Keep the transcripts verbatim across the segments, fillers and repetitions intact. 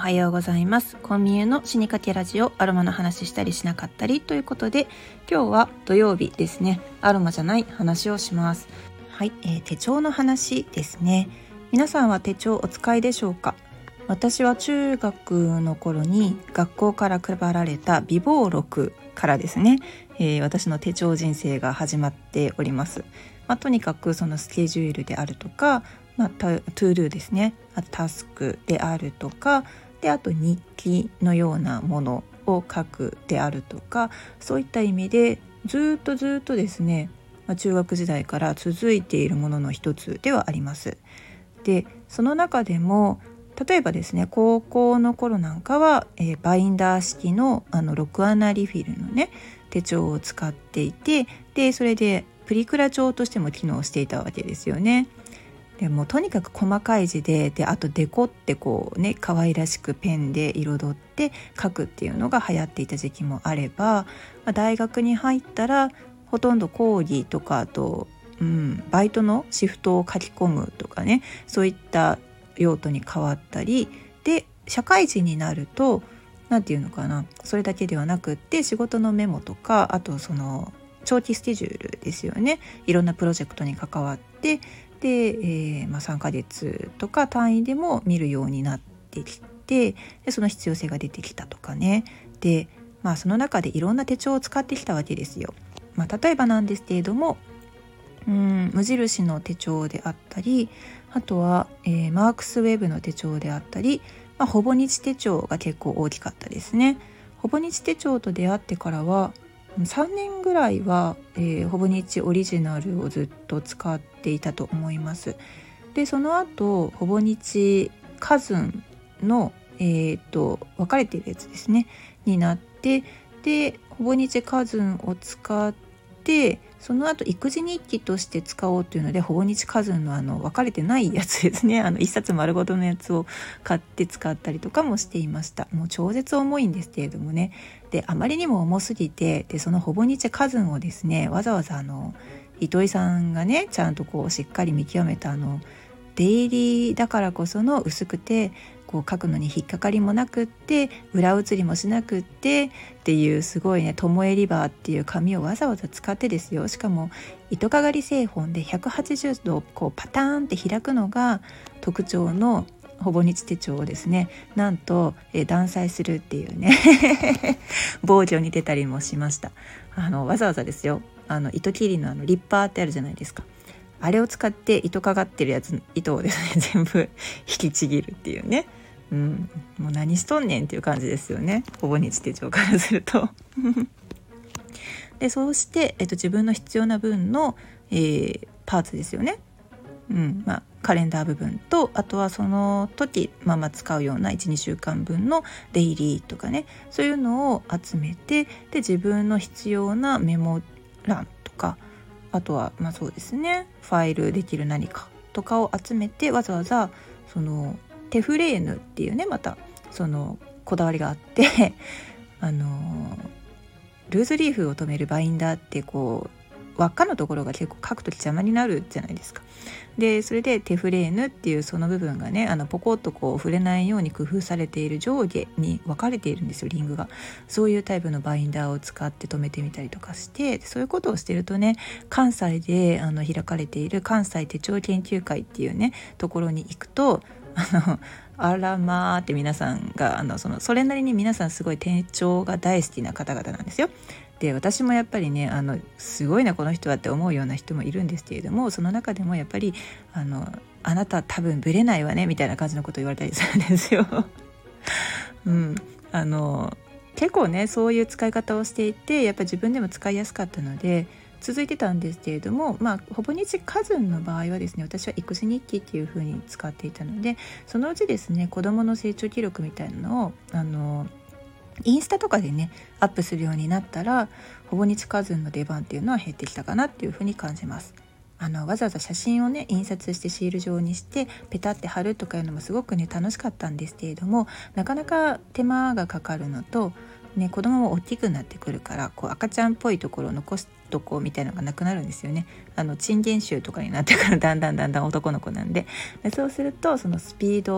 はようございます。コンビニの死にかけラジオ、アロマの話したりしなかったりということで、今日は土曜日ですね。アロマじゃない話をします。はい、えー、手帳の話ですね。皆さんは手帳お使いでしょうか？私は中学の頃に学校から配られた備忘録からですね、えー、私の手帳人生が始まっております。まあ、とにかくそのスケジュールであるとか、まあ、トゥードゥですね、あとタスクであるとかで、あと日記のようなものを書くであるとか、そういった意味でずっとずっとですね、まあ、中学時代から続いているものの一つではあります。で、その中でも例えばですね、高校の頃なんかは、えー、バインダー式のあのろく穴リフィルのね手帳を使っていて、でそれでプリクラ帳としても機能していたわけですよね。でもとにかく細かい字で、であとデコってこうね可愛らしくペンで彩って書くっていうのが流行っていた時期もあれば、まあ、大学に入ったらほとんど講義とか、あと、うん、バイトのシフトを書き込むとかね、そういった用途に変わったりで、社会人になるとなんていうのかな、それだけではなくって仕事のメモとか、あとその長期スケジュールですよね。いろんなプロジェクトに関わってで、えーまあ、さんかげつとか単位でも見るようになってきて、でその必要性が出てきたとかね。で、まあ、その中でいろんな手帳を使ってきたわけですよ。まあ、例えばなんですけれども、うん無印の手帳であったり、あとは、えー、マークスウェブの手帳であったり、まあ、ほぼ日手帳が結構大きかったですね。ほぼ日手帳と出会ってからはさんねんぐらいは、えー、ほぼ日オリジナルをずっと使っていたと思います。でその後ほぼ日カズンの、えー、と分かれているやつですねになって、でほぼ日カズンを使って、その後育児日記として使おうというのでほぼ日カズンのあの分かれてないやつですね、あの一冊丸ごとのやつを買って使ったりとかもしていました。もう超絶重いんですけれどもね。であまりにも重すぎて、でそのほぼ日カズンをですね、わざわざあの糸井さんがねちゃんとこうしっかり見極めたあのデイリーだからこその薄くてこう書くのに引っかかりもなくって裏写りもしなくってっていうすごいねトモエリバーっていう紙をわざわざ使ってですよ。しかも糸かがり製本でひゃくはちじゅうどこうパターンって開くのが特徴のほぼ日手帳をですね、なんと、えー、断裁するっていうね防御に出たりもしました。あのわざわざですよ、あの糸切りのあのリッパーってあるじゃないですか。あれを使って糸かがってるやつ糸をですね全部引きちぎるっていうね、うん、もう何しとんねんっていう感じですよね、ほぼ日手帳からするとでそうして、えっと、自分の必要な分の、えー、パーツですよね、うんまあ、カレンダー部分と、あとはその時まあまあ使うようないち、にしゅうかんぶんのデイリーとかね、そういうのを集めて、で自分の必要なメモ欄とか、あとはまあそうですね、ファイルできる何かとかを集めて、わざわざそのテフレーヌっていうね、またそのこだわりがあってあのルーズリーフを留めるバインダーってこう輪っかのところが結構書くとき邪魔になるじゃないですか。でそれでテフレーヌっていうその部分がね、あのポコッとこう触れないように工夫されている上下に分かれているんですよ、リングが。そういうタイプのバインダーを使って留めてみたりとかして、そういうことをしてるとね、関西であの開かれている関西手帳研究会っていうねところに行くと、あのあらまーって皆さんがあの そのそれなりに皆さんすごい手帳が大好きな方々なんですよ。で私もやっぱりね、あのすごいなこの人はって思うような人もいるんですけれども、その中でもやっぱりあのあなた多分ブレないわねみたいな感じのことを言われたりするんですよ、うん、あの結構ねそういう使い方をしていて、やっぱ自分でも使いやすかったので続いてたんですけれども、まあほぼ日カズンの場合はですね、私は育児日記っていう風に使っていたので、そのうちですね子どもの成長記録みたいなのをあのインスタとかでねアップするようになったら、ほぼ日カズンの出番っていうのは減ってきたかなっていう風に感じます。あのわざわざ写真をね印刷してシール状にしてペタって貼るとかいうのもすごくね楽しかったんですけれども、なかなか手間がかかるのとね、子供も大きくなってくるから、こう赤ちゃんっぽいところを残すとこみたいなのがなくなるんですよね。あのチンゲン臭とかになってからだんだんだんだん男の子なんで、でそうするとそのスピード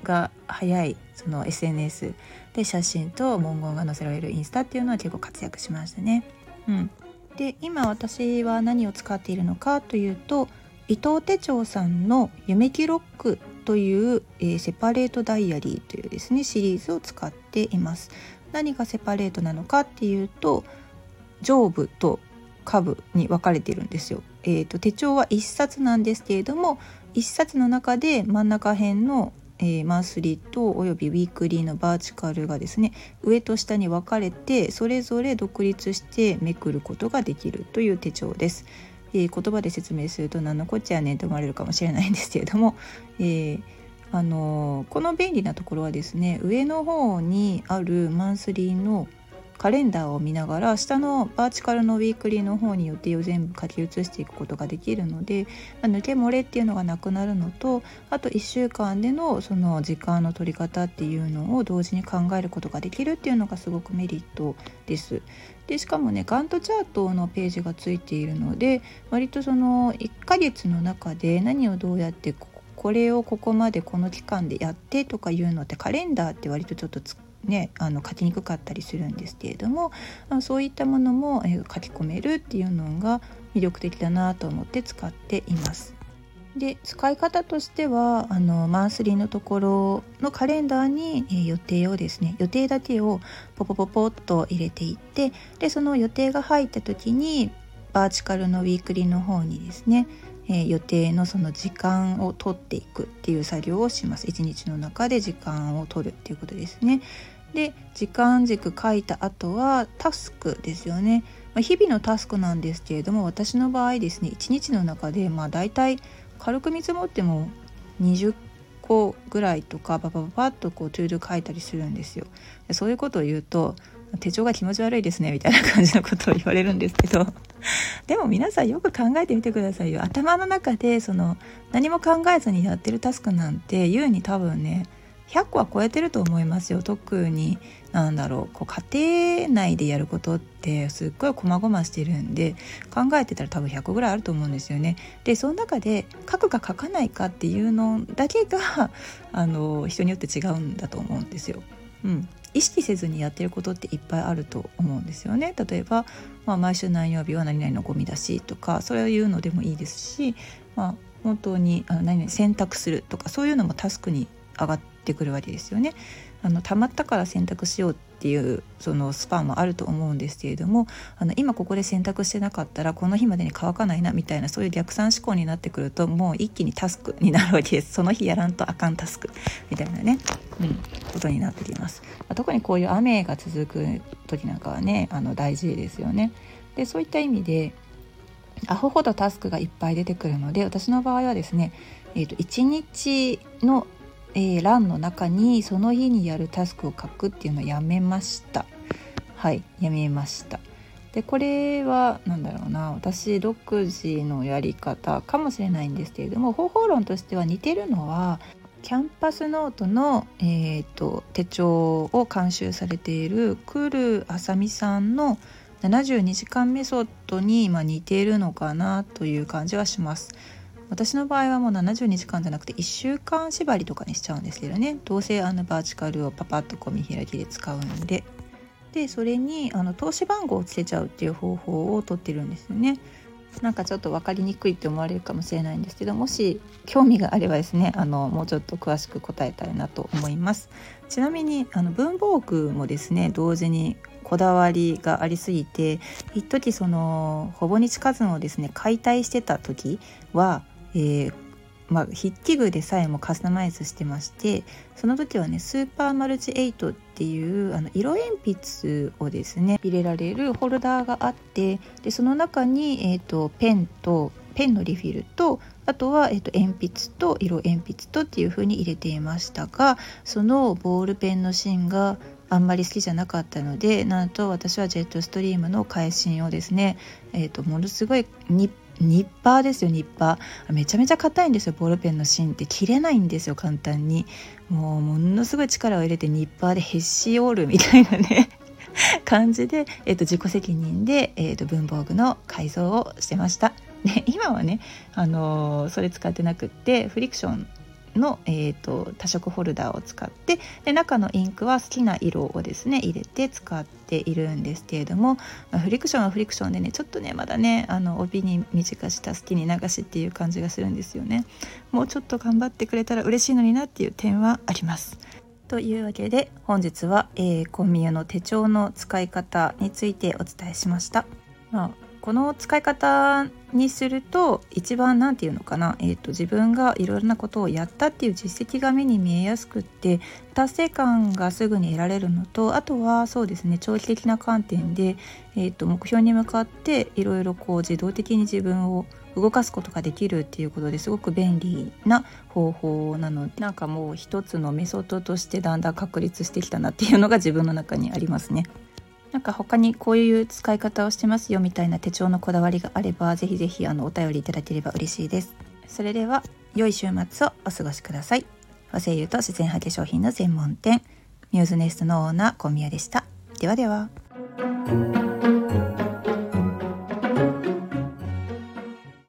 が早いその エスエヌエス で写真と文言が載せられるインスタっていうのは結構活躍しましたね。うん、で今私は何を使っているのかというと、伊藤手帳さんの夢記ロックという、えー、セパレートダイアリーというですねシリーズを使っています。何がセパレートなのかっていうと、上部と下部に分かれているんですよ。えーと、手帳はいっさつなんですけれども、いっさつの中で真ん中辺の、えー、マンスリーとおよびウィークリーのバーチカルがですね、上と下に分かれてそれぞれ独立してめくることができるという手帳です。えー、言葉で説明すると何のこっちゃねんと思われるかもしれないんですけれども、えーあのー、この便利なところはですね、上の方にあるマンスリーのカレンダーを見ながら、下のバーチカルのウィークリーの方に予定を全部書き写していくことができるので、抜け漏れっていうのがなくなるのと、あといっしゅうかんでのその時間の取り方っていうのを同時に考えることができるっていうのがすごくメリットです。でしかもね、ガントチャートのページがついているので、割とそのいっかげつの中で何をどうやってこれをここまでこの期間でやってとかいうのって、カレンダーって割とちょっとつね、あの書きにくかったりするんですけれども、そういったものも、えー、書き込めるっていうのが魅力的だなと思って使っています。で、使い方としては、あのマンスリーのところのカレンダーに、えー、予定をですね予定だけをポポポポッと入れていって、でその予定が入った時にバーチカルのウィークリーの方にですね、えー、予定のその時間を取っていくっていう作業をします。いちにちの中で時間を取るっていうことですね。で、時間軸書いた後はタスクですよね。まあ、日々のタスクなんですけれども、私の場合ですね、いちにちの中でまあだいたい軽く見積もってもにじゅっこぐらいとかパパパパッとこうトゥードゥ書いたりするんですよ。でそういうことを言うと、手帳が気持ち悪いですねみたいな感じのことを言われるんですけどでも皆さんよく考えてみてくださいよ。頭の中でその何も考えずにやってるタスクなんて優に多分ねひゃっこは超えてると思いますよ。特になんだろう、こう家庭内でやることってすっごい細々してるんで、考えてたら多分ひゃっこぐらいあると思うんですよね。でその中で書くか書かないかっていうのだけがあの人によって違うんだと思うんですよ。うん、意識せずにやってることっていっぱいあると思うんですよね。例えば、まあ、毎週何曜日は何々のゴミ出しとか、それを言うのでもいいですし、まあ、本当にあの何々洗濯するとか、そういうのもタスクに上がってくるわけですよね。あの溜まったから洗濯しようっていうそのスパンもあると思うんですけれども、あの今ここで洗濯してなかったらこの日までに乾かないなみたいな、そういう逆算思考になってくると、もう一気にタスクになるわけです。その日やらんとあかんタスクみたいなね、うん、ことになってきます。特にこういう雨が続く時なんかはね、あの大事ですよね。でそういった意味でアホほどタスクがいっぱい出てくるので、私の場合はですね、えーと、いちにちのえー、欄の中にその日にやるタスクを書くっていうのをやめました。はいやめました。でこれはなんだろうな、私独自のやり方かもしれないんですけれども、方法論としては似てるのは、キャンパスノートの、えーと、手帳を監修されているクルあさみさんのななじゅうにじかんメソッドに今似ているのかなという感じはします。私の場合はもうななじゅうにじかんじゃなくていっしゅうかん縛りとかにしちゃうんですけどね。どうせあのバーチカルをパパッとこう見開きで使うんで、でそれにあの投資番号をつけちゃうっていう方法をとってるんですよね。なんかちょっと分かりにくいって思われるかもしれないんですけど、もし興味があればですね、あのもうちょっと詳しく答えたいなと思います。ちなみにあの文房具もですね、同時にこだわりがありすぎて、一時そのほぼ日カズンをですね解体してた時はえーまあ、筆記具でさえもカスタマイズしてまして、その時はねスーパーマルチエイトっていうあの色鉛筆をですね入れられるホルダーがあって、でその中に、えーと、ペンとペンのリフィルと、あとは、えーと、鉛筆と色鉛筆とっていう風に入れていましたが、そのボールペンの芯があんまり好きじゃなかったので、なんと私はジェットストリームの返芯をですね、えーと、ものすごいニッニッパーですよ。ニッパーめちゃめちゃ硬いんですよ。ボールペンの芯って切れないんですよ、簡単に。もうものすごい力を入れてニッパーでへし折るみたいなね感じで、えー、と自己責任で、えー、と文房具の改造をしてました。で今はね、あのー、それ使ってなくってフリクションの、えーと、多色ホルダーを使って、で中のインクは好きな色をですね入れて使っているんですけれども、まあ、フリクションはフリクションでねちょっとねまだねあの帯に短した好きに流しっていう感じがするんですよね。もうちょっと頑張ってくれたら嬉しいのになっていう点はあります。というわけで本日は、えー、コンミュの手帳の使い方についてお伝えしました。まあこの使い方にすると一番なんていうのかな、えーと、自分がいろいろなことをやったっていう実績が目に見えやすくって達成感がすぐに得られるのと、あとはそうですね長期的な観点で、えーと、目標に向かっていろいろこう自動的に自分を動かすことができるっていうことですごく便利な方法なので、なんかもう一つのメソッドとしてだんだん確立してきたなっていうのが自分の中にありますね。なんか他にこういう使い方をしてますよみたいな手帳のこだわりがあればぜひぜひあのお便りいただければ嬉しいです。それでは良い週末をお過ごしください。和製油と自然派化粧品の専門店ミューズネストのオーナー小宮でした。ではでは。